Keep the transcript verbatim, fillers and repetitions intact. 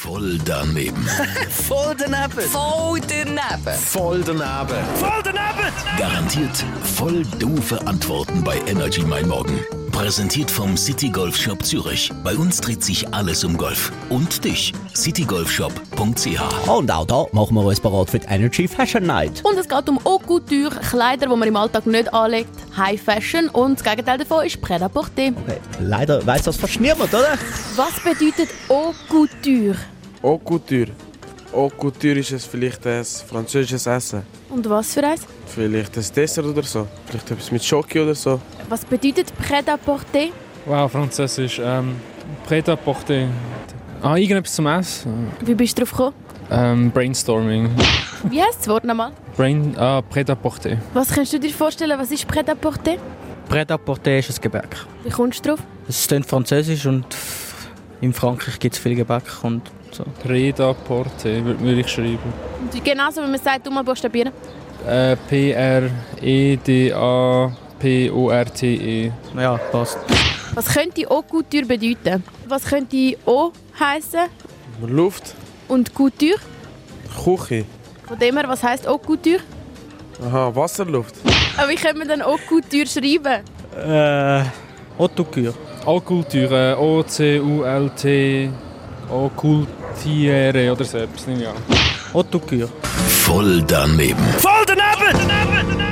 Voll daneben. Voll daneben. Voll daneben. Voll daneben. Voll daneben. Garantiert voll doofe Antworten bei Energy Mein Morgen. Präsentiert vom City Golf Shop Zürich. Bei uns dreht sich alles um Golf. Und dich, citygolfshop punkt c h. Und auch da machen wir uns bereit für die Energy Fashion Night. Und es geht um Haute Couture, Kleider, die man im Alltag nicht anlegt, High Fashion und das Gegenteil davon ist Prêt-à-porter. Okay. Leider weiss das fast niemand, oder? Was bedeutet Haute Couture? Haute Couture. Haute Couture ist es vielleicht ein französisches Essen. Und was für eins? Vielleicht ein Dessert oder so. Vielleicht etwas mit Schoki oder so. Was bedeutet Prêt-à-porter? Wow, Französisch. Ähm, Prêt-à-porter. Ah, irgendetwas zum Essen. Wie bist du drauf gekommen? Ähm, Brainstorming. Wie heisst das Wort nochmal? Brain, ah, Prêt-à-porter. Was kannst du dir vorstellen, was ist Prêt-à-porter? Prêt-à-porter ist ein Gebäck. Wie kommst du drauf? Es ist französisch und in Frankreich gibt es viel Gebäck und so. Prêt-à-porter würde ich schreiben. Und genauso wie man sagt, du mal buchstabieren. Äh, P R E D A P O R T E. Ja, passt. Was könnte Haute Couture bedeuten? Was könnte O heissen? Luft. Und Couture? Küche. Von dem her, was heisst Haute Couture? Aha, Wasserluft. Aber wie können wir dann Haute Couture schreiben? Äh, Haute Couture. Occulture, O C U L T, Occultiere oder so etwas, nehme ich an. Haute Couture. Voll daneben. Voll daneben.